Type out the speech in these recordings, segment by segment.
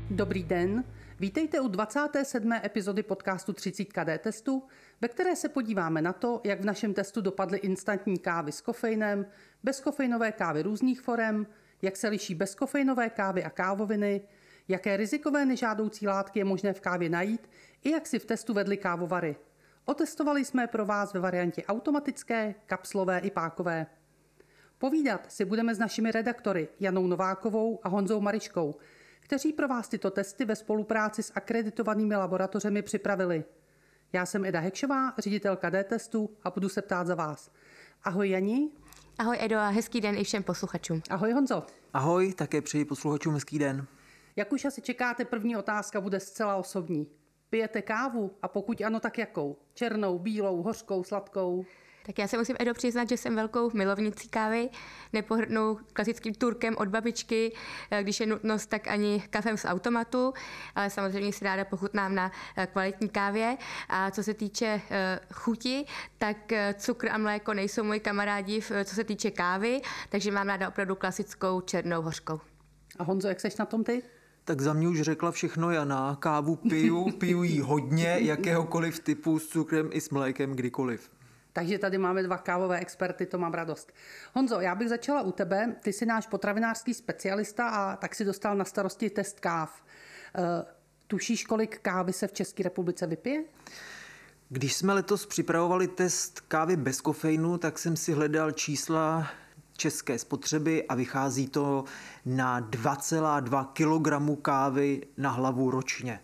Dobrý den, vítejte u 27. epizody podcastu 30KD testu, ve které se podíváme na to, jak v našem testu dopadly instantní kávy s kofeinem, bezkofeinové kávy různých forem, jak se liší bezkofeinové kávy a kávoviny, jaké rizikové nežádoucí látky je možné v kávě najít i jak si v testu vedly kávovary. Otestovali jsme pro vás ve variantě automatické, kapslové i pákové. Povídat si budeme s našimi redaktory Janou Novákovou a Honzou Mariškou, kteří pro vás tyto testy ve spolupráci s akreditovanými laboratořemi připravili. Já jsem Eda Hekšová, ředitelka D-testu a budu se ptát za vás. Ahoj Jani. Ahoj Edo a hezký den i všem posluchačům. Ahoj Honzo. Ahoj, také přeji posluchačům hezký den. Jak už asi čekáte, první otázka bude zcela osobní. Pijete kávu a pokud ano, tak jakou? Černou, bílou, hořkou, sladkou? Tak já se musím, Edo, přiznat, že jsem velkou milovnicí kávy. Nepohrdnu klasickým turkem od babičky, když je nutnost, tak ani kafem z automatu, ale samozřejmě si ráda pochutnám na kvalitní kávě. A co se týče chuti, tak cukr a mléko nejsou moji kamarádi, co se týče kávy, takže mám ráda opravdu klasickou černou hořkou. A Honzo, jak seš na tom ty? Tak za mě už řekla všechno Jana. Kávu piju jí hodně, jakéhokoliv typu, s cukrem i s mlékem kdykoliv. Takže tady máme dva kávové experty, to mám radost. Honzo, já bych začala u tebe. Ty jsi náš potravinářský specialista a tak si dostal na starosti test káv. Tušíš, kolik kávy se v České republice vypije? Když jsme letos připravovali test kávy bez kofeinu, tak jsem si hledal čísla české spotřeby a vychází to na 2,2 kg kávy na hlavu ročně.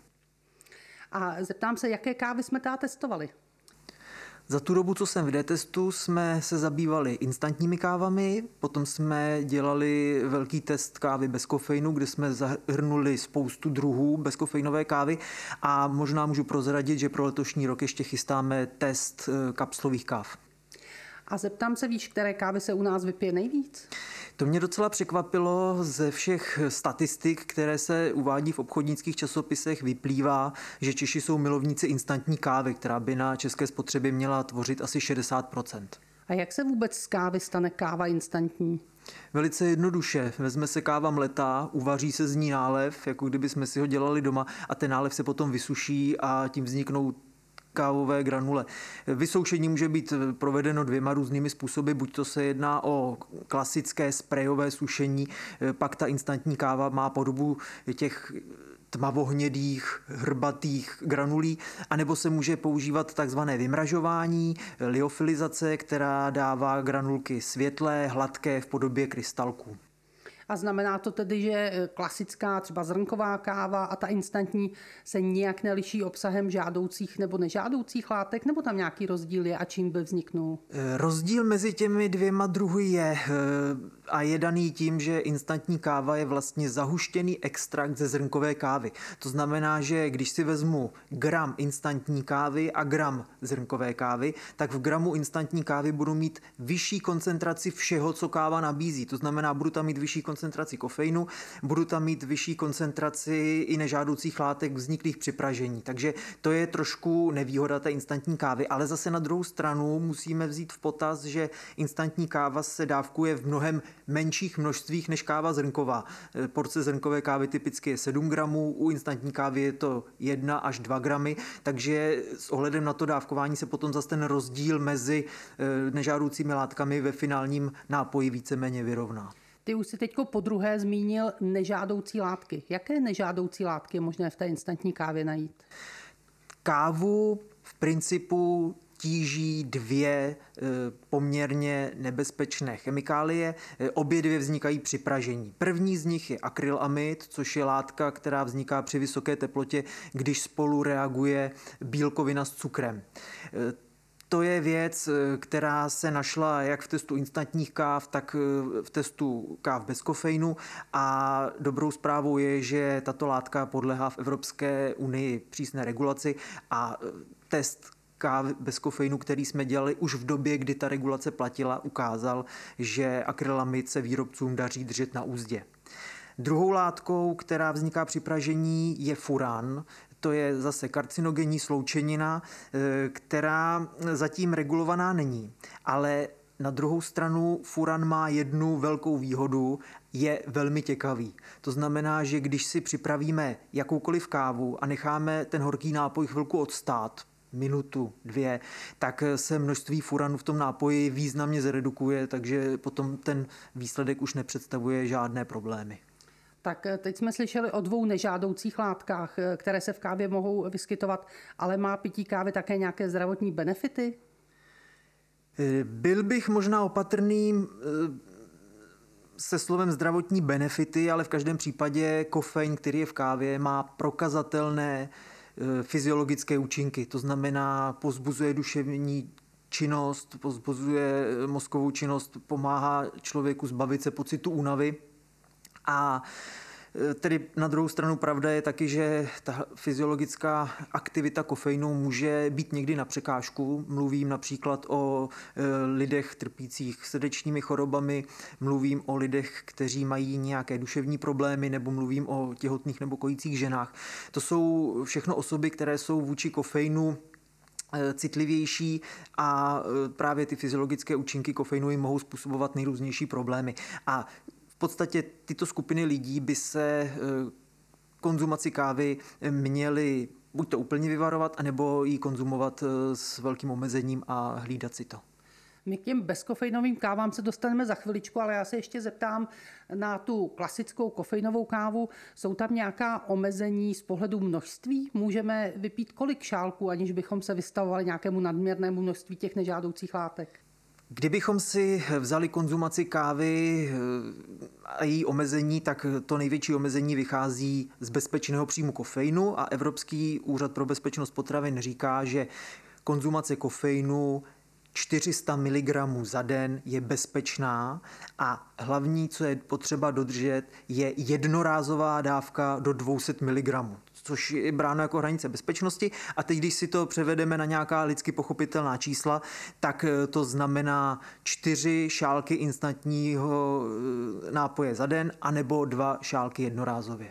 A zeptám se, jaké kávy jsme testovali? Za tu dobu, co jsem v D-testu, jsme se zabývali instantními kávami, potom jsme dělali velký test kávy bez kofeinu, kde jsme zahrnuli spoustu druhů bezkofeinové kávy a možná můžu prozradit, že pro letošní rok ještě chystáme test kapslových káv. A zeptám se, víš, které kávy se u nás vypije nejvíc? To mě docela překvapilo. Ze všech statistik, které se uvádí v obchodnických časopisech, vyplývá, že Češi jsou milovníci instantní kávy, která by na české spotřebě měla tvořit asi 60%. A jak se vůbec z kávy stane káva instantní? Velice jednoduše. Vezme se káva mletá, uvaří se z ní nálev, jako kdyby jsme si ho dělali doma, a ten nálev se potom vysuší a tím vzniknou kávové granule. Vysoušení může být provedeno dvěma různými způsoby, buď to se jedná o klasické sprejové sušení, pak ta instantní káva má podobu těch tmavohnědých, hrbatých granulí, anebo se může používat takzvané vymražování, liofilizace, která dává granulky světlé, hladké v podobě krystalků. A znamená to tedy, že klasická třeba zrnková káva a ta instantní se nijak neliší obsahem žádoucích nebo nežádoucích látek, nebo tam nějaký rozdíl je a čím by vzniknul? Rozdíl mezi těmi dvěma druhy je a je daný tím, že instantní káva je vlastně zahuštěný extrakt ze zrnkové kávy. To znamená, že když si vezmu gram instantní kávy a gram zrnkové kávy, tak v gramu instantní kávy budu mít vyšší koncentraci všeho, co káva nabízí. To znamená, budu tam mít vyšší koncentraci kofeinu, budu tam mít vyšší koncentraci i nežádoucích látek vzniklých při pražení. Takže to je trošku nevýhoda té instantní kávy, ale zase na druhou stranu musíme vzít v potaz, že instantní káva se dávkuje v mnohem menších množstvích než káva zrnková. Porce zrnkové kávy typicky je 7 gramů, u instantní kávy je to 1 až 2 gramy, takže s ohledem na to dávkování se potom zase ten rozdíl mezi nežádoucími látkami ve finálním nápoji víceméně vyrovná. Ty už si teďko podruhé zmínil nežádoucí látky. Jaké nežádoucí látky je možné v té instantní kávě najít? Kávu v principu tíží dvě poměrně nebezpečné chemikálie. Obě dvě vznikají při pražení. První z nich je akrylamid, což je látka, která vzniká při vysoké teplotě, když spolu reaguje bílkovina s cukrem. To je věc, která se našla jak v testu instantních káv, tak v testu káv bez kofeinu a dobrou zprávou je, že tato látka podléhá v Evropské unii přísné regulaci a test kávy bez kofeinu, který jsme dělali už v době, kdy ta regulace platila, ukázal, že akrylamid se výrobcům daří držet na úzdě. Druhou látkou, která vzniká při pražení, je furan. To je zase karcinogenní sloučenina, která zatím regulovaná není. Ale Na druhou stranu furan má jednu velkou výhodu, je velmi těkavý. To znamená, že když si připravíme jakoukoliv kávu a necháme ten horký nápoj chvilku odstát, minutu, 2, tak se množství furanu v tom nápoji významně zredukuje, takže potom ten výsledek už nepředstavuje žádné problémy. Tak teď jsme slyšeli o 2 nežádoucích látkách, které se v kávě mohou vyskytovat, ale má pití kávy také nějaké zdravotní benefity? Byl bych možná opatrný se slovem zdravotní benefity, ale v každém případě kofein, který je v kávě, má prokazatelné fyziologické účinky. To znamená, povzbuzuje duševní činnost, povzbuzuje mozkovou činnost, pomáhá člověku zbavit se pocitu únavy. A tedy na druhou stranu pravda je taky, že ta fyziologická aktivita kofeinu může být někdy na překážku. Mluvím například o lidech trpících srdečními chorobami, mluvím o lidech, kteří mají nějaké duševní problémy, nebo mluvím o těhotných nebo kojících ženách. To jsou všechno osoby, které jsou vůči kofeinu citlivější a právě ty fyziologické účinky kofeinu jim mohou způsobovat nejrůznější problémy. A v podstatě tyto skupiny lidí by se konzumaci kávy měly buď to úplně vyvarovat, anebo ji konzumovat s velkým omezením a hlídat si to. My k těm bezkofeinovým kávám se dostaneme za chviličku, ale já se ještě zeptám na tu klasickou kofeinovou kávu. Jsou tam nějaká omezení z pohledu množství? Můžeme vypít kolik šálků, aniž bychom se vystavovali nějakému nadměrnému množství těch nežádoucích látek? Kdybychom si vzali konzumaci kávy a její omezení, tak to největší omezení vychází z bezpečného příjmu kofeinu a Evropský úřad pro bezpečnost potravin říká, že konzumace kofeinu 400 mg za den je bezpečná a hlavní, co je potřeba dodržet, je jednorázová dávka do 200 mg, což je bráno jako hranice bezpečnosti. A teď, když si to převedeme na nějaká lidsky pochopitelná čísla, tak to znamená 4 šálky instantního nápoje za den anebo 2 šálky jednorázově.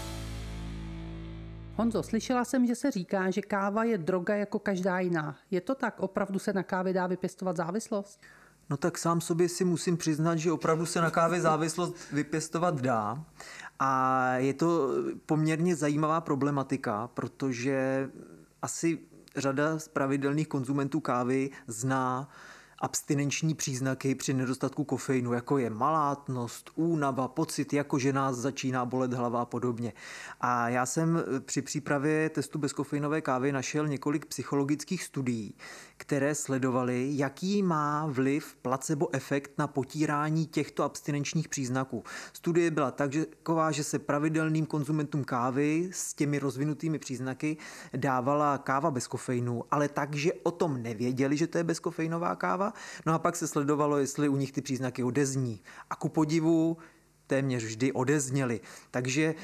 Honzo, slyšela jsem, že se říká, že káva je droga jako každá jiná. Je to tak? Opravdu se na kávě dá vypěstovat závislost? No tak sám sobě si musím přiznat, že opravdu se na kávě závislost vypěstovat dá. A je to poměrně zajímavá problematika, protože asi řada z pravidelných konzumentů kávy zná abstinenční příznaky při nedostatku kofeinu, jako je malátnost, únava, pocit, jako že nás začíná bolet hlava a podobně. A já jsem při přípravě testu bezkofeinové kávy našel několik psychologických studií, které sledovaly, jaký má vliv placebo efekt na potírání těchto abstinenčních příznaků. Studie byla taková, že se pravidelným konzumentům kávy s těmi rozvinutými příznaky dávala káva bez kofeinu, ale tak, že o tom nevěděli, že to je bezkofeinová káva. No a pak se sledovalo, jestli u nich ty příznaky odezní. A ku podivu téměř vždy odezněly. Takže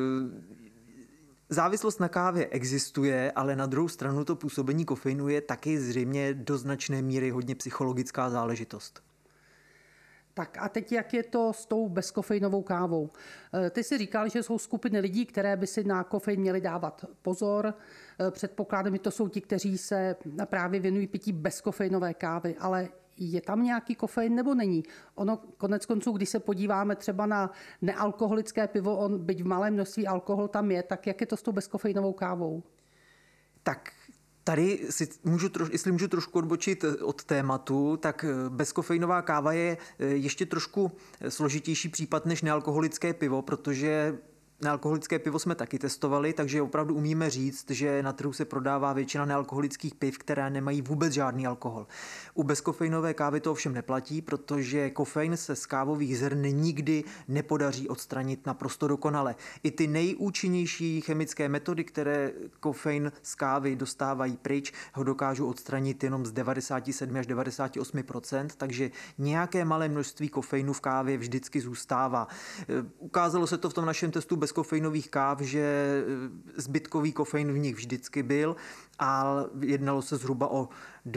závislost na kávě existuje, ale na druhou stranu to působení kofeinu je taky zřejmě do značné míry hodně psychologická záležitost. Tak a teď jak je to s tou bezkofeinovou kávou? Ty jsi říkal, že jsou skupiny lidí, které by si na kofein měli dávat pozor. Předpokládám, že to jsou ti, kteří se právě věnují pití bezkofeinové kávy, ale je tam nějaký kofein nebo není? Ono konec konců, když se podíváme třeba na nealkoholické pivo, byť v malém množství alkohol tam je, tak jak je to s tou bezkofeinovou kávou? Tak tady jestli můžu trošku odbočit od tématu, tak bezkofeinová káva je ještě trošku složitější případ než nealkoholické pivo, protože nealkoholické pivo jsme taky testovali, takže opravdu umíme říct, že na trhu se prodává většina nealkoholických piv, které nemají vůbec žádný alkohol. U bezkofeinové kávy to ovšem neplatí, protože kofein se z kávových zrn nikdy nepodaří odstranit naprosto dokonale. I ty nejúčinnější chemické metody, které kofein z kávy dostávají pryč, ho dokážou odstranit jenom z 97 až 98%, takže nějaké malé množství kofeinu v kávě vždycky zůstává. Ukázalo se to v tom našem testu bezkofeinových káv, že zbytkový kofein v nich vždycky byl a jednalo se zhruba o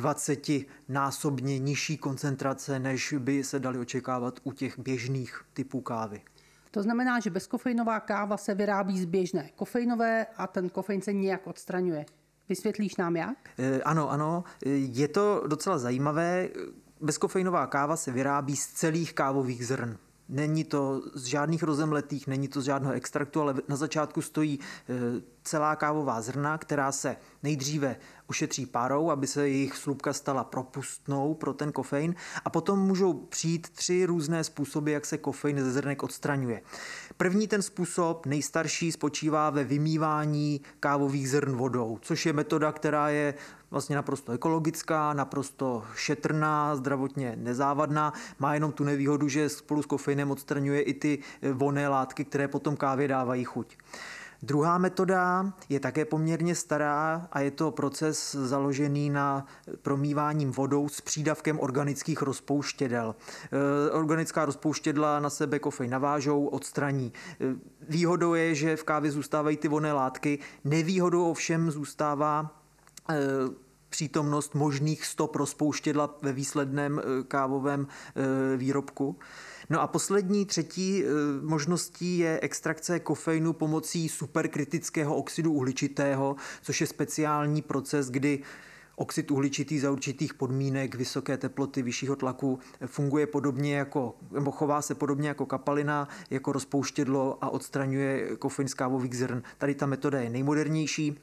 20násobně nižší koncentrace, než by se daly očekávat u těch běžných typů kávy. To znamená, že bezkofeinová káva se vyrábí z běžné kofeinové a ten kofein se nějak odstraňuje. Vysvětlíš nám jak? Ano, je to docela zajímavé. Bezkofeinová káva se vyrábí z celých kávových zrn. Není to z žádných rozemletých, není to z žádného extraktu, ale na začátku stojí celá kávová zrna, která se nejdříve ošetří párou, aby se jejich slupka stala propustnou pro ten kofein, a potom můžou přijít 3 různé způsoby, jak se kofein ze zrnek odstraňuje. První ten způsob, nejstarší, spočívá ve vymývání kávových zrn vodou, což je metoda, která je vlastně naprosto ekologická, naprosto šetrná, zdravotně nezávadná. Má jenom tu nevýhodu, že spolu s kofeinem odstraňuje i ty vonné látky, které potom kávě dávají chuť. Druhá metoda je také poměrně stará a je to proces založený na promýváním vodou s přídavkem organických rozpouštědel. Organická rozpouštědla na sebe kofein navážou, odstraní. Výhodou je, že v kávě zůstávají ty vonné látky, nevýhodou ovšem zůstává přítomnost možných stop rozpouštědla ve výsledném kávovém výrobku. No a poslední, třetí možností je extrakce kofeinu pomocí superkritického oxidu uhličitého, což je speciální proces, kdy oxid uhličitý za určitých podmínek, vysoké teploty, vyššího tlaku funguje podobně jako, nebo chová se podobně jako kapalina, jako rozpouštědlo a odstraňuje kofein z kávových zrn. Tady ta metoda je nejmodernější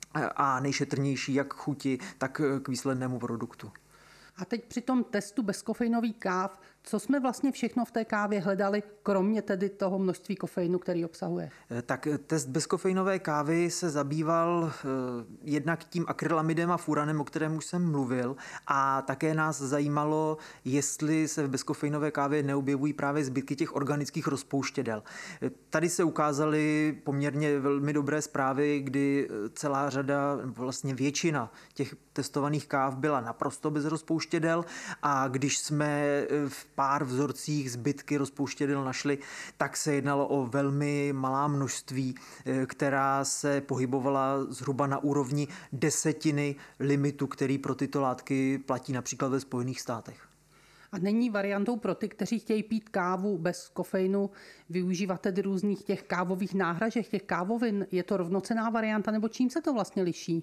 a nejšetrnější jak k chuti, tak k výslednému produktu. A teď při tom testu bezkofeinových káv, co jsme vlastně všechno v té kávě hledali, kromě tedy toho množství kofeinu, který obsahuje? Tak test bezkofeinové kávy se zabýval jednak tím akrylamidem a furanem, o kterém už jsem mluvil, a také nás zajímalo, jestli se v bezkofeinové kávě neobjevují právě zbytky těch organických rozpouštědel. Tady se ukázaly poměrně velmi dobré zprávy, kdy celá řada, vlastně většina těch testovaných káv byla naprosto bez rozpouštědel, a když jsme v pár vzorcích zbytky rozpouštědel našli, tak se jednalo o velmi malá množství, která se pohybovala zhruba na úrovni 10 limitu, který pro tyto látky platí například ve Spojených státech. A není variantou pro ty, kteří chtějí pít kávu bez kofeinu, využívat tedy různých těch kávových náhražek, těch kávovin? Je to rovnocenná varianta, nebo čím se to vlastně liší?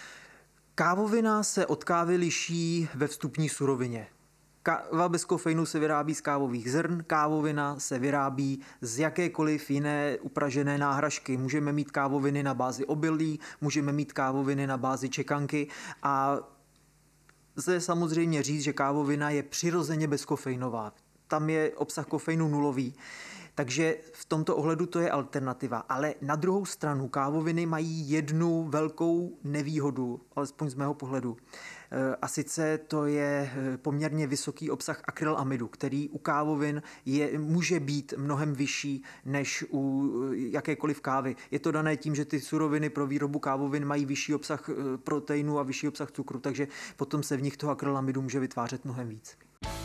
Kávovina se od kávy liší ve vstupní surovině. Káva bez kofeinu se vyrábí z kávových zrn, kávovina se vyrábí z jakékoliv jiné upražené náhražky. Můžeme mít kávoviny na bázi obilí, můžeme mít kávoviny na bázi čekanky, a zde samozřejmě říct, že kávovina je přirozeně bezkofeinová. Tam je obsah kofeinu nulový. Takže v tomto ohledu to je alternativa. Ale na druhou stranu kávoviny mají jednu velkou nevýhodu, alespoň z mého pohledu. A sice to je poměrně vysoký obsah akrylamidu, který u kávovin může být mnohem vyšší než u jakékoliv kávy. Je to dané tím, že ty suroviny pro výrobu kávovin mají vyšší obsah proteinu a vyšší obsah cukru, takže potom se v nich toho akrylamidu může vytvářet mnohem víc.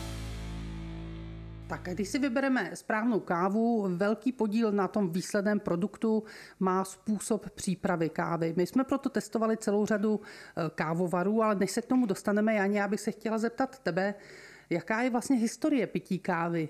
Tak když si vybereme správnou kávu, velký podíl na tom výsledném produktu má způsob přípravy kávy. My jsme proto testovali celou řadu kávovarů, ale než se k tomu dostaneme, Jani, já bych se chtěla zeptat tebe, jaká je vlastně historie pití kávy?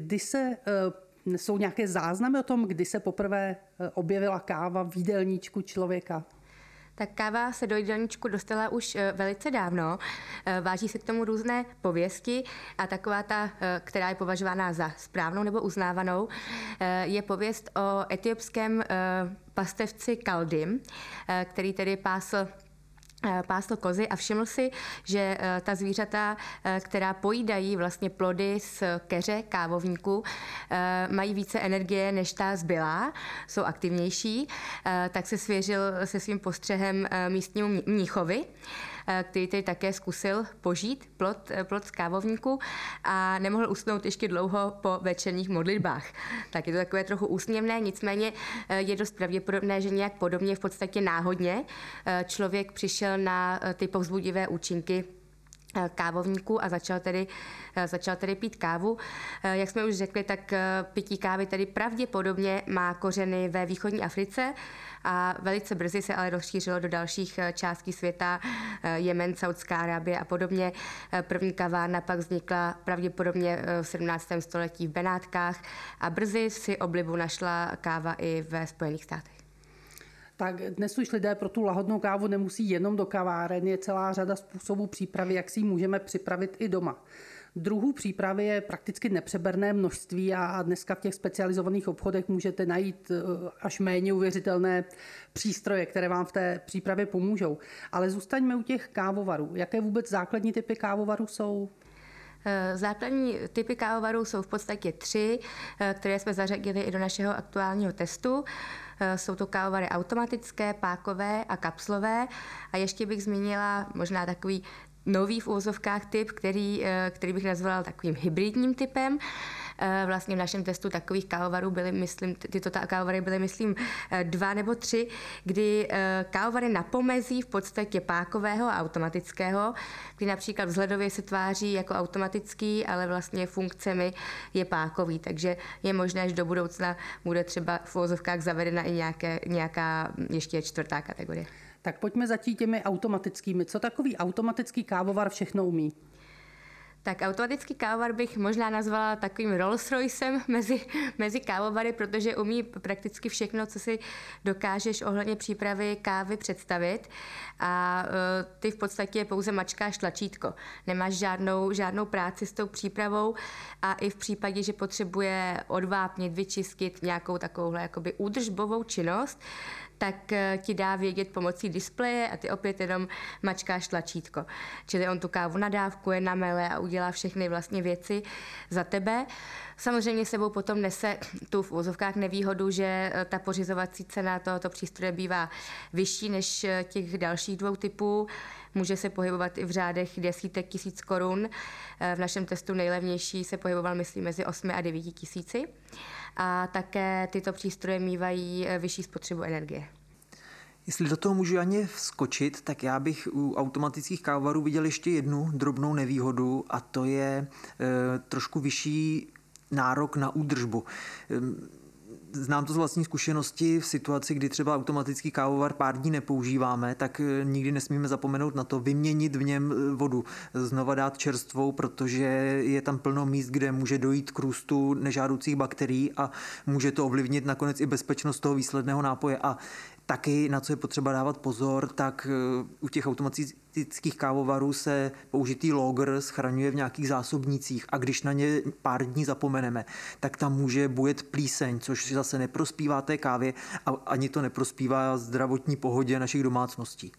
Jsou nějaké záznamy o tom, kdy se poprvé objevila káva v jídelníčku člověka? Tak káva se do jídelníčku dostala už velice dávno. Váží se k tomu různé pověsti, a taková ta, která je považována za správnou nebo uznávanou, je pověst o etiopském pastevci Kaldim, který tedy pásl kozy a všiml si, že ta zvířata, která pojídají vlastně plody z keře kávovníku, mají více energie než ta zbylá, jsou aktivnější, tak se svěřil se svým postřehem místnímu mnichovi, který tedy také zkusil požít plod z kávovníku a nemohl usnout ještě dlouho po večerních modlitbách. Tak je to takové trochu úsměvné, nicméně je dost pravděpodobné, že nějak podobně, v podstatě náhodně, člověk přišel na ty povzbudivé účinky kávovníku a začal tedy pít kávu. Jak jsme už řekli, tak pití kávy tedy pravděpodobně má kořeny ve východní Africe a velice brzy se ale rozšířilo do dalších částí světa, Jemen, Saudská Arábie a podobně. První kavárna pak vznikla pravděpodobně v 17. století v Benátkách a brzy si oblibu našla káva i ve Spojených státech. Tak dnes už lidé pro tu lahodnou kávu nemusí jenom do kaváren, je celá řada způsobů přípravy, jak si ji můžeme připravit i doma. Druhů přípravy je prakticky nepřeberné množství a dneska v těch specializovaných obchodech můžete najít až méně uvěřitelné přístroje, které vám v té přípravě pomůžou. Ale zůstaňme u těch kávovarů. Jaké vůbec základní typy kávovarů jsou? Základní typy kávovarů jsou v podstatě 3, které jsme zařadili i do našeho aktuálního testu. Jsou to kávovary automatické, pákové a kapslové. A ještě bych zmínila možná takový nový v uvozovkách typ, který bych nazvala takovým hybridním typem. Vlastně v našem testu takových kávovarů tyto kávovary byly, myslím, 2 nebo 3, kdy kávovary na pomezí v podstatě pákového a automatického, kdy například vzhledově se tváří jako automatický, ale vlastně funkcemi je pákový. Takže je možné, že do budoucna bude třeba v uvozovkách zavedena i nějaká ještě 4. kategorie. Tak pojďme začít těmi automatickými. Co takový automatický kávovar všechno umí? Tak automatický kávovar bych možná nazvala takovým Rolls-Roycem mezi kávovary, protože umí prakticky všechno, co si dokážeš ohledně přípravy kávy představit. A ty v podstatě pouze mačkáš tlačítko. Nemáš žádnou práci s tou přípravou a i v případě, že potřebuje odvápnit, vyčistit nějakou takovouhle jakoby údržbovou činnost, tak ti dá vědět pomocí displeje a ty opět jenom mačkáš tlačítko. Čili on tu kávu nadávkuje, namele a udělá všechny vlastně věci za tebe. Samozřejmě sebou potom nese tu v uvozovkách nevýhodu, že ta pořizovací cena tohoto přístroje bývá vyšší než těch dalších 2 typů. Může se pohybovat i v řádech desítek tisíc korun. V našem testu nejlevnější se pohyboval, myslím, mezi 8 a 9 tisíci. A také tyto přístroje mívají vyšší spotřebu energie. Jestli do toho můžu ani vskočit, tak já bych u automatických kávovarů viděl ještě jednu drobnou nevýhodu a to je trošku vyšší nárok na údržbu. Znám to z vlastní zkušenosti v situaci, kdy třeba automatický kávovar pár dní nepoužíváme, tak nikdy nesmíme zapomenout na to vyměnit v něm vodu, znova dát čerstvou, protože je tam plno míst, kde může dojít k růstu nežádoucích bakterií a může to ovlivnit nakonec i bezpečnost toho výsledného nápoje. A taky, na co je potřeba dávat pozor, tak u těch automatických kávovarů se použitý logger schraňuje v nějakých zásobnících a když na ně pár dní zapomeneme, tak tam může bujet plíseň, což zase neprospívá té kávě a ani to neprospívá zdravotní pohodě našich domácností.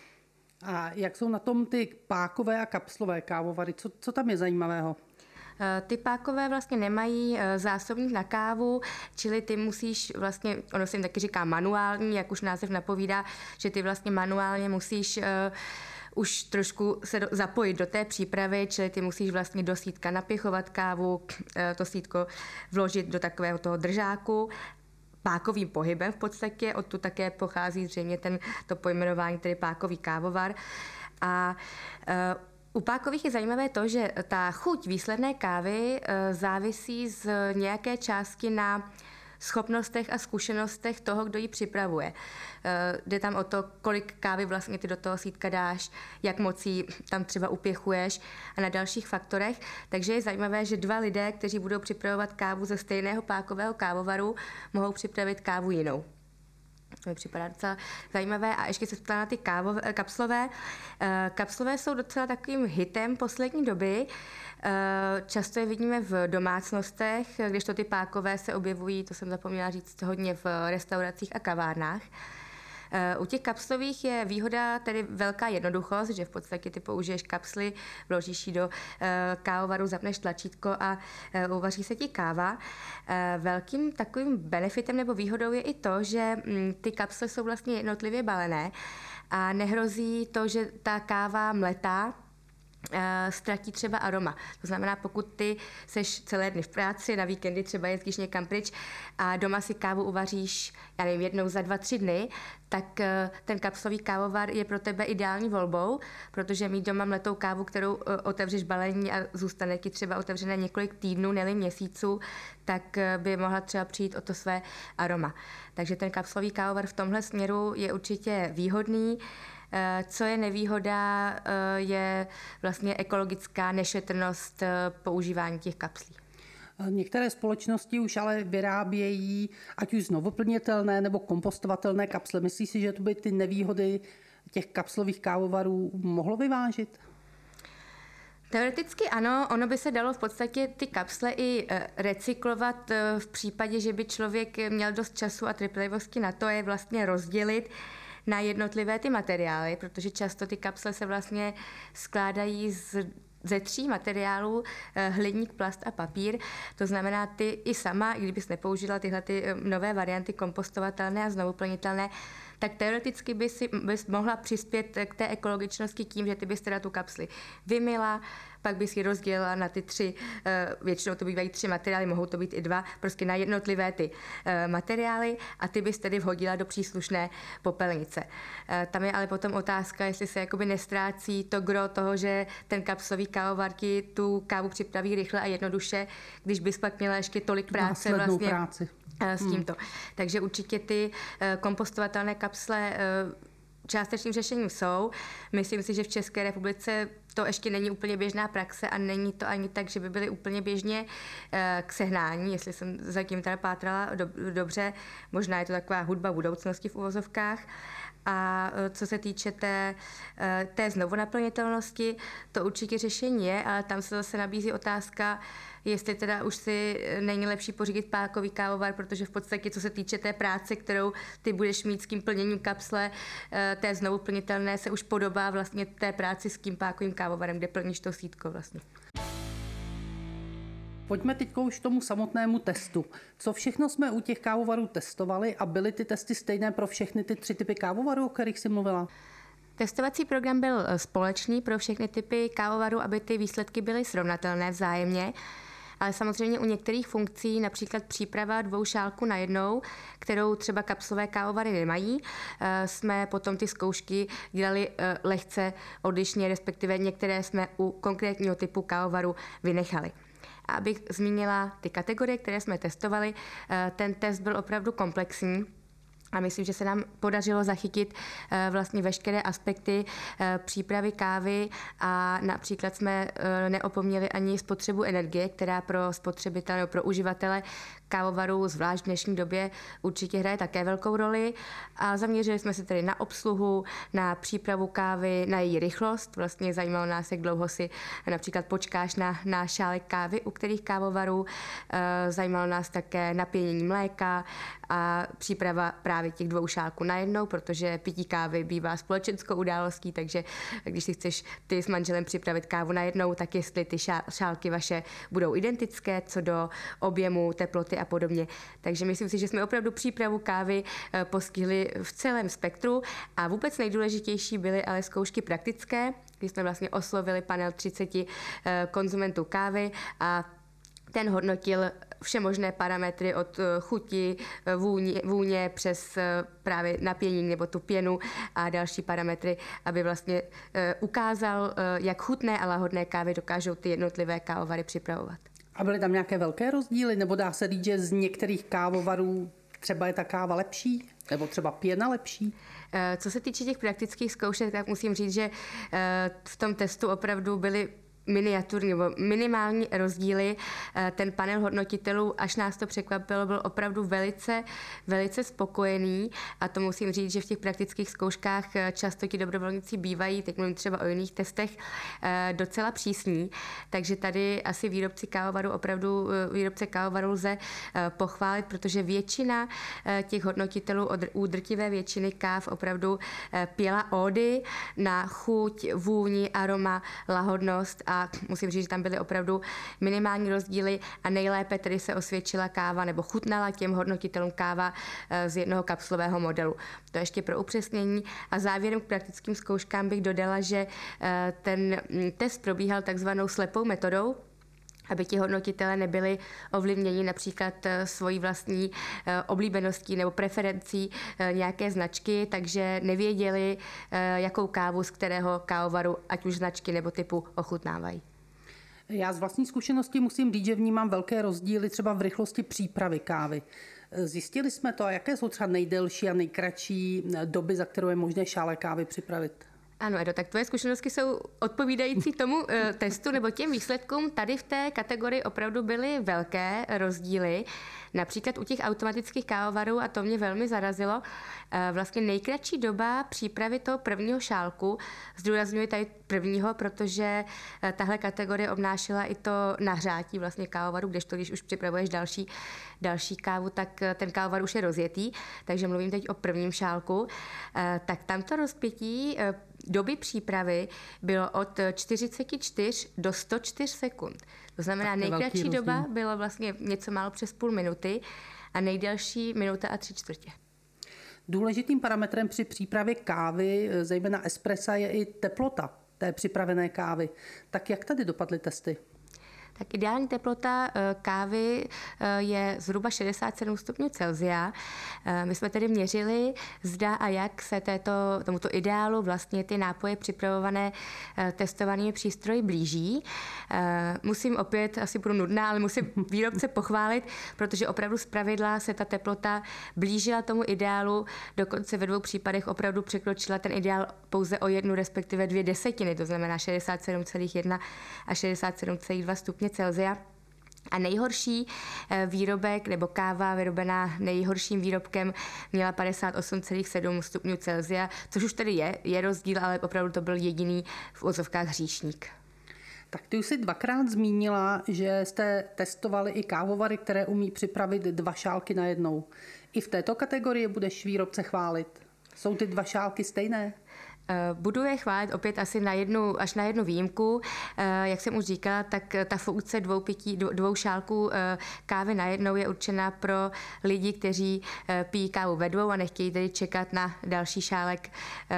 A jak jsou na tom ty pákové a kapslové kávovary? Co tam je zajímavého? Ty pákové vlastně nemají zásobník na kávu, čili ty musíš vlastně, ono se jim taky říká manuální, jak už název napovídá, že ty vlastně manuálně musíš už trošku se zapojit do té přípravy, čili ty musíš vlastně do sítka napěchovat kávu, to sítko vložit do takového toho držáku, pákovým pohybem v podstatě, odtud také pochází zřejmě to pojmenování, tedy pákový kávovar. A u pákových je zajímavé to, že ta chuť výsledné kávy závisí z nějaké části na schopnostech a zkušenostech toho, kdo ji připravuje. Jde tam o to, kolik kávy vlastně ty do toho sítka dáš, jak moc ji tam třeba upěchuješ a na dalších faktorech. Takže je zajímavé, že 2 lidé, kteří budou připravovat kávu ze stejného pákového kávovaru, mohou připravit kávu jinou. To mi připadá docela zajímavé. A ještě se ptala na ty kapslové. Kapslové jsou docela takovým hitem poslední doby. Často je vidíme v domácnostech, kdežto ty pákové se objevují, to jsem zapomněla říct, hodně v restauracích a kavárnách. U těch kapslových je výhoda tedy velká jednoduchost, že v podstatě ty použiješ kapsly, vložíš ji do kávovaru, zapneš tlačítko a uvaří se ti káva. Velkým takovým benefitem nebo výhodou je i to, že ty kapsle jsou vlastně jednotlivě balené a nehrozí to, že ta káva mletá ztratí třeba aroma. To znamená, pokud ty seš celé dny v práci, na víkendy třeba jezdíš někam pryč a doma si kávu uvaříš, já nevím, jednou za 2-3 dny, tak ten kapslový kávovar je pro tebe ideální volbou, protože mít doma mletou kávu, kterou otevřeš balení a zůstane ti třeba otevřené několik týdnů, ne měsíců, tak by mohla třeba přijít o to své aroma. Takže ten kapslový kávovar v tomhle směru je určitě výhodný. Co je nevýhoda, je vlastně ekologická nešetrnost používání těch kapslí. Některé společnosti už ale vyrábějí ať už znovuplnitelné nebo kompostovatelné kapsle. Myslíš si, že to by ty nevýhody těch kapslových kávovarů mohlo vyvážit? Teoreticky ano, ono by se dalo v podstatě ty kapsle i recyklovat v případě, že by člověk měl dost času a trpělivosti na to je vlastně rozdělit na jednotlivé ty materiály, protože často ty kapsle se vlastně skládají ze 3 materiálů, hliník, plast a papír. To znamená, ty i sama, i kdybys nepoužila tyhle ty nové varianty kompostovatelné a znovuplnitelné, tak teoreticky bys mohla přispět k té ekologičnosti tím, že ty bys teda tu kapsli vymyla, pak bys ji rozdělila na ty 3, většinou to bývají 3 materiály, mohou to být i 2, prostě na jednotlivé ty materiály a ty bys tedy vhodila do příslušné popelnice. Tam je ale potom otázka, jestli se jakoby nestrácí to gro toho, že ten kapslový kávovar ti tu kávu připraví rychle a jednoduše, když bys pak měla ještě tolik práce vlastně s tímto. Takže určitě ty kompostovatelné kapsle částečným řešením jsou. Myslím si, že v České republice to ještě není úplně běžná praxe a není to ani tak, že by byly úplně běžně k sehnání, jestli jsem zatím teda pátrala dobře. Možná je to taková hudba budoucnosti v uvozovkách. A co se týče té znovunaplnitelnosti, to určitě řešení je, ale tam se zase nabízí otázka, jestli teda už si není lepší pořídit pákový kávovar, protože v podstatě, co se týče té práce, kterou ty budeš mít s tím plněním kapsle, té znovuplnitelné se už podobá vlastně té práci s tím pákovým kávovarem, kde plníš to sítko vlastně. Pojďme teď už k tomu samotnému testu. Co všechno jsme u těch kávovarů testovali a byly ty testy stejné pro všechny ty 3 typy kávovarů, o kterých jsi mluvila? Testovací program byl společný pro všechny typy kávovarů, aby ty výsledky byly srovnatelné vzájemně. Ale samozřejmě u některých funkcí, například příprava 2 šálků na jednou, kterou třeba kapslové kávovary nemají, jsme potom ty zkoušky dělali lehce odlišně, respektive některé jsme u konkrétního typu kávovaru vynechali. A abych zmínila ty kategorie, které jsme testovali, ten test byl opravdu komplexní. A myslím, že se nám podařilo zachytit vlastně veškeré aspekty přípravy kávy a například jsme neopomněli ani spotřebu energie, která pro spotřebitele, pro uživatele kávovarů, zvlášť v dnešní době, určitě hraje také velkou roli. A zaměřili jsme se tedy na obsluhu, na přípravu kávy, na její rychlost. Vlastně zajímalo nás, jak dlouho si například počkáš na šálek kávy u kterých kávovarů. Zajímalo nás také napěnění mléka a příprava právě těch 2 šálků najednou, protože pití kávy bývá společenskou událostí, takže když si chceš ty s manželem připravit kávu najednou, tak jestli ty šálky vaše budou identické co do objemu, teploty a podobně. Takže myslím si, že jsme opravdu přípravu kávy postihli v celém spektru a vůbec nejdůležitější byly ale zkoušky praktické, kdy jsme vlastně oslovili panel 30 konzumentů kávy a ten hodnotil všemožné parametry od chuti, vůně přes právě napěnění nebo tu pěnu a další parametry, aby vlastně ukázal, jak chutné a lahodné kávy dokážou ty jednotlivé kávovary připravovat. A byly tam nějaké velké rozdíly, nebo dá se říct, že z některých kávovarů třeba je ta káva lepší, nebo třeba pěna lepší? Co se týče těch praktických zkoušek, tak musím říct, že v tom testu opravdu byly miniaturní nebo minimální rozdíly. Ten panel hodnotitelů, až nás to překvapilo, byl opravdu velice, velice spokojený a to musím říct, že v těch praktických zkouškách často ti dobrovolníci bývají, teď mluvím třeba o jiných testech, docela přísní, takže tady asi výrobce kávovaru lze pochválit, protože většina těch hodnotitelů u drtivé většiny káv opravdu pěla ódy na chuť, vůni, aroma, lahodnost a musím říct, že tam byly opravdu minimální rozdíly a nejlépe tedy se osvědčila káva nebo chutnala těm hodnotitelům káva z jednoho kapslového modelu. To ještě pro upřesnění a závěrem k praktickým zkouškám bych dodala, že ten test probíhal takzvanou slepou metodou, aby ti hodnotitelé nebyli ovlivněni například svojí vlastní oblíbeností nebo preferencí nějaké značky, takže nevěděli, jakou kávu z kterého kávovaru, ať už značky nebo typu, ochutnávají. Já z vlastní zkušenosti musím říct, že vnímám velké rozdíly třeba v rychlosti přípravy kávy. Zjistili jsme to, a jaké jsou třeba nejdelší a nejkratší doby, za kterou je možné šálek kávy připravit? Ano, Edo, tak tvoje zkušenosti jsou odpovídající tomu testu nebo těm výsledkům. Tady v té kategorii opravdu byly velké rozdíly. Například u těch automatických kávovarů, a to mě velmi zarazilo, vlastně nejkratší doba přípravy toho prvního šálku, zdůrazňuji tady prvního, protože tahle kategorie obnášela i to nahřátí vlastně kávovaru, kdežto když už připravuješ další kávu, tak ten kávovar už je rozjetý, takže mluvím teď o prvním šálku. Tak tamto rozpětí doby přípravy bylo od 44 do 104 sekund. To znamená, nejkratší doba bylo vlastně něco málo přes půl minuty a nejdelší minuta a 3/4. Důležitým parametrem při přípravě kávy, zejména espressa, je i teplota té připravené kávy. Tak jak tady dopadly testy? Tak ideální teplota kávy je zhruba 67 stupňů Celsia. My jsme tedy měřili, zda a jak se tomuto ideálu vlastně ty nápoje připravované testovanými přístroji blíží. Musím opět, asi budu nudná, ale musím výrobce pochválit, protože opravdu zpravidla se ta teplota blížila tomu ideálu, dokonce ve 2 případech opravdu překročila ten ideál pouze o 1, respektive 2 desetiny, to znamená 67,1 a 67,2 stupně Celsia. A nejhorší výrobek nebo káva vyrobená nejhorším výrobkem měla 58,7 stupňů Celsia, což už tedy je rozdíl, ale opravdu to byl jediný v uvozovkách hříšník. Tak ty už jsi 2krát zmínila, že jste testovali i kávovary, které umí připravit 2 šálky najednou. I v této kategorii budeš výrobce chválit. Jsou ty 2 šálky stejné? Budu je chválit opět asi až na jednu výjimku. Jak jsem už říkala, tak ta funkce 2 šálků kávy najednou je určena pro lidi, kteří pijí kávu ve 2 a nechtějí tedy čekat na další šálek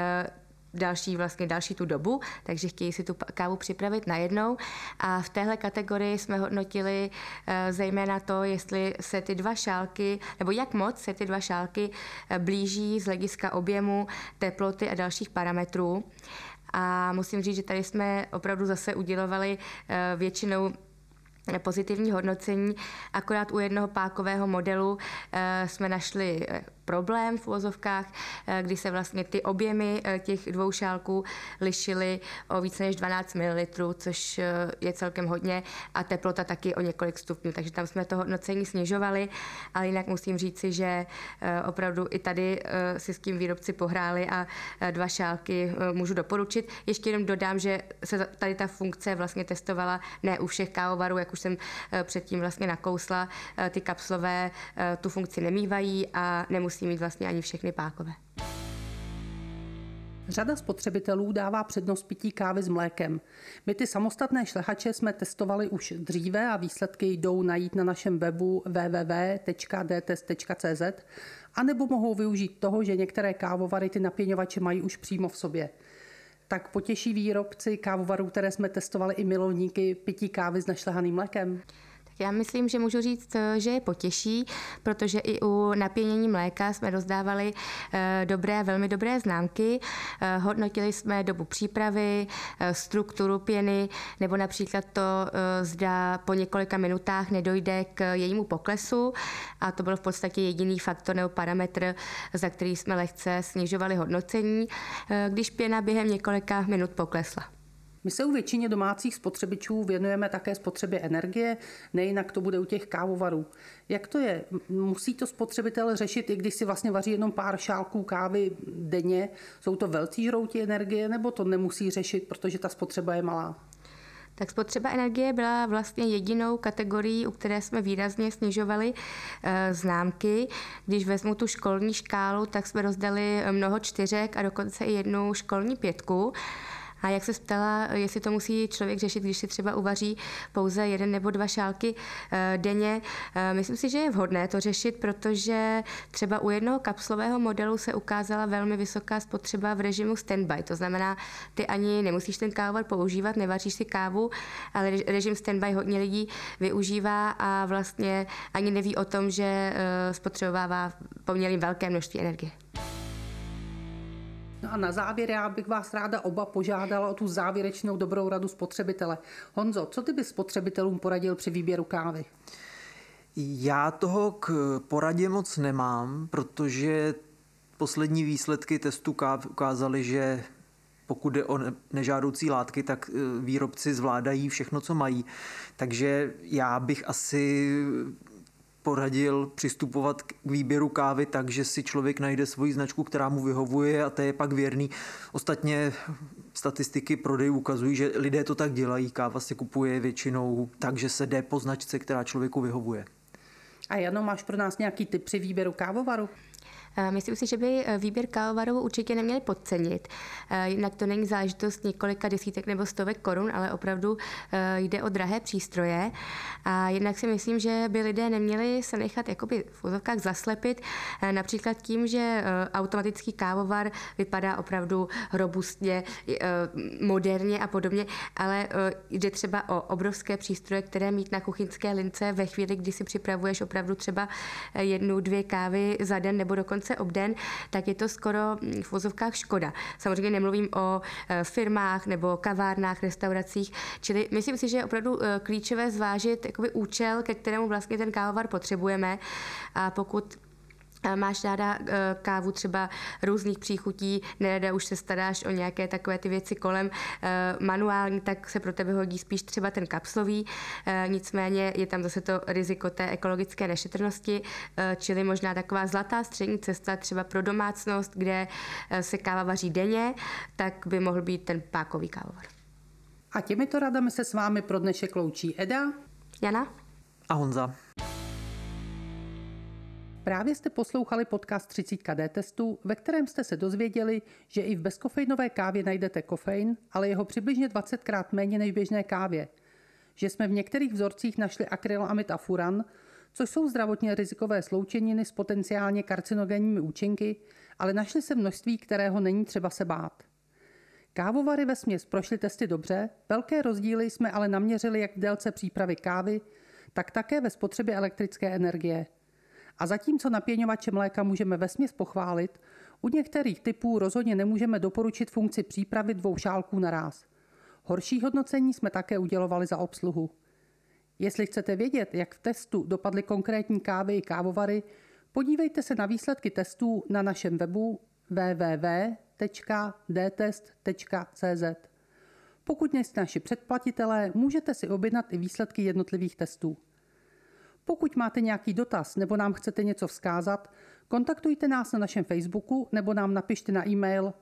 další tu dobu, takže chtějí si tu kávu připravit najednou. A v téhle kategorii jsme hodnotili zejména to, jestli se ty 2 šálky, nebo jak moc se ty 2 šálky blíží z hlediska objemu, teploty a dalších parametrů. A musím říct, že tady jsme opravdu zase udělovali většinou pozitivní hodnocení, akorát u jednoho pákového modelu jsme našli problém v uvozovkách, kdy se vlastně ty objemy těch 2 šálků lišily o více než 12 ml, což je celkem hodně, a teplota taky o několik stupňů, takže tam jsme to hodnocení snižovali, ale jinak musím říci, že opravdu i tady si s tím výrobci pohráli a 2 šálky můžu doporučit. Ještě jenom dodám, že se tady ta funkce vlastně testovala ne u všech kávovarů, jak už jsem předtím vlastně nakousla, ty kapslové tu funkci nemývají a nemusí mít vlastně ani všechny pákové. Řada spotřebitelů dává přednost pití kávy s mlékem. My ty samostatné šlehače jsme testovali už dříve a výsledky jdou najít na našem webu www.dtest.cz, anebo mohou využít toho, že některé kávovary ty napěňovače mají už přímo v sobě. Tak potěší výrobci kávovarů, které jsme testovali, i milovníky pití kávy s našlehaným mlékem? Já myslím, že můžu říct, že je potěší, protože i u napěnění mléka jsme rozdávali velmi dobré známky. Hodnotili jsme dobu přípravy, strukturu pěny, nebo například to, zda po několika minutách nedojde k jejímu poklesu. A to byl v podstatě jediný faktor nebo parametr, za který jsme lehce snižovali hodnocení, když pěna během několika minut poklesla. My se u většině domácích spotřebičů věnujeme také spotřebě energie, nejinak to bude u těch kávovarů. Jak to je? Musí to spotřebitel řešit, i když si vlastně vaří jenom pár šálků kávy denně? Jsou to velcí žrouti energie, nebo to nemusí řešit, protože ta spotřeba je malá? Tak spotřeba energie byla vlastně jedinou kategorií, u které jsme výrazně snižovali známky. Když vezmu tu školní škálu, tak jsme rozdali mnoho 4 a dokonce i 1 školní 5. A jak se ptala, jestli to musí člověk řešit, když si třeba uvaří pouze 1 nebo 2 šálky denně. Myslím si, že je vhodné to řešit, protože třeba u jednoho kapslového modelu se ukázala velmi vysoká spotřeba v režimu standby. To znamená, ty ani nemusíš ten kávovar používat, nevaříš si kávu, ale režim standby hodně lidí využívá a vlastně ani neví o tom, že spotřebovává poměrně velké množství energie. No a na závěr já bych vás ráda oba požádala o tu závěrečnou dobrou radu spotřebitele. Honzo, co ty bys spotřebitelům poradil při výběru kávy? Já toho k poradě moc nemám, protože poslední výsledky testu káv ukázaly, že pokud jde o nežádoucí látky, tak výrobci zvládají všechno, co mají. Takže já bych asi poradil přistupovat k výběru kávy tak, že si člověk najde svoji značku, která mu vyhovuje a to je pak věrný. Ostatně statistiky prodejů ukazují, že lidé to tak dělají. Káva se kupuje většinou tak, že se jde po značce, která člověku vyhovuje. A Jano, máš pro nás nějaký tip při výběru kávovaru? Myslím si, že by výběr kávovaru určitě neměli podcenit. Jinak to není záležitost několika desítek nebo stovek korun, ale opravdu jde o drahé přístroje. A jednak si myslím, že by lidé neměli se nechat jakoby v úzovkách zaslepit, například tím, že automatický kávovar vypadá opravdu robustně, moderně a podobně, ale jde třeba o obrovské přístroje, které mít na kuchyňské lince ve chvíli, kdy si připravuješ opravdu třeba 1-2 kávy za den nebo dokonce obden, tak je to skoro v vozovkách škoda. Samozřejmě nemluvím o firmách nebo kavárnách, restauracích, čili myslím si, že je opravdu klíčové zvážit jakoby účel, ke kterému vlastně ten kávovar potřebujeme, a pokud máš ráda kávu třeba různých příchutí, nerada už se staráš o nějaké takové ty věci kolem manuální, tak se pro tebe hodí spíš třeba ten kapslový. Nicméně je tam zase to riziko té ekologické nešetrnosti, čili možná taková zlatá střední cesta třeba pro domácnost, kde se káva vaří denně, tak by mohl být ten pákový kávovar. A těmito radami se s vámi pro dnešek loučí Eda, Jana a Honza. Právě jste poslouchali podcast 30KD testu, ve kterém jste se dozvěděli, že i v bezkofeinové kávě najdete kofein, ale jeho přibližně 20krát méně než v běžné kávě. Že jsme v některých vzorcích našli akrylamid a furan, což jsou zdravotně rizikové sloučeniny s potenciálně karcinogenními účinky, ale našli se množství, kterého není třeba se bát. Kávovary vesměs prošly testy dobře, velké rozdíly jsme ale naměřili jak v délce přípravy kávy, tak také ve spotřebě elektrické energie. A zatímco napěňovače mléka můžeme vesměs pochválit, u některých typů rozhodně nemůžeme doporučit funkci přípravy 2 šálků naráz. Horší hodnocení jsme také udělovali za obsluhu. Jestli chcete vědět, jak v testu dopadly konkrétní kávy i kávovary, podívejte se na výsledky testů na našem webu www.dtest.cz. Pokud nejste naši předplatitelé, můžete si objednat i výsledky jednotlivých testů. Pokud máte nějaký dotaz nebo nám chcete něco vzkázat, kontaktujte nás na našem Facebooku nebo nám napište na e-mail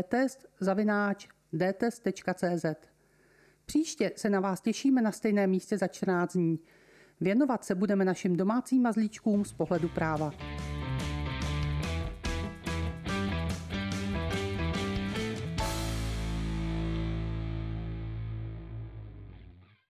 dtest@dtest.cz. Příště se na vás těšíme na stejném místě za 14 dní. Věnovat se budeme našim domácím mazlíčkům z pohledu práva.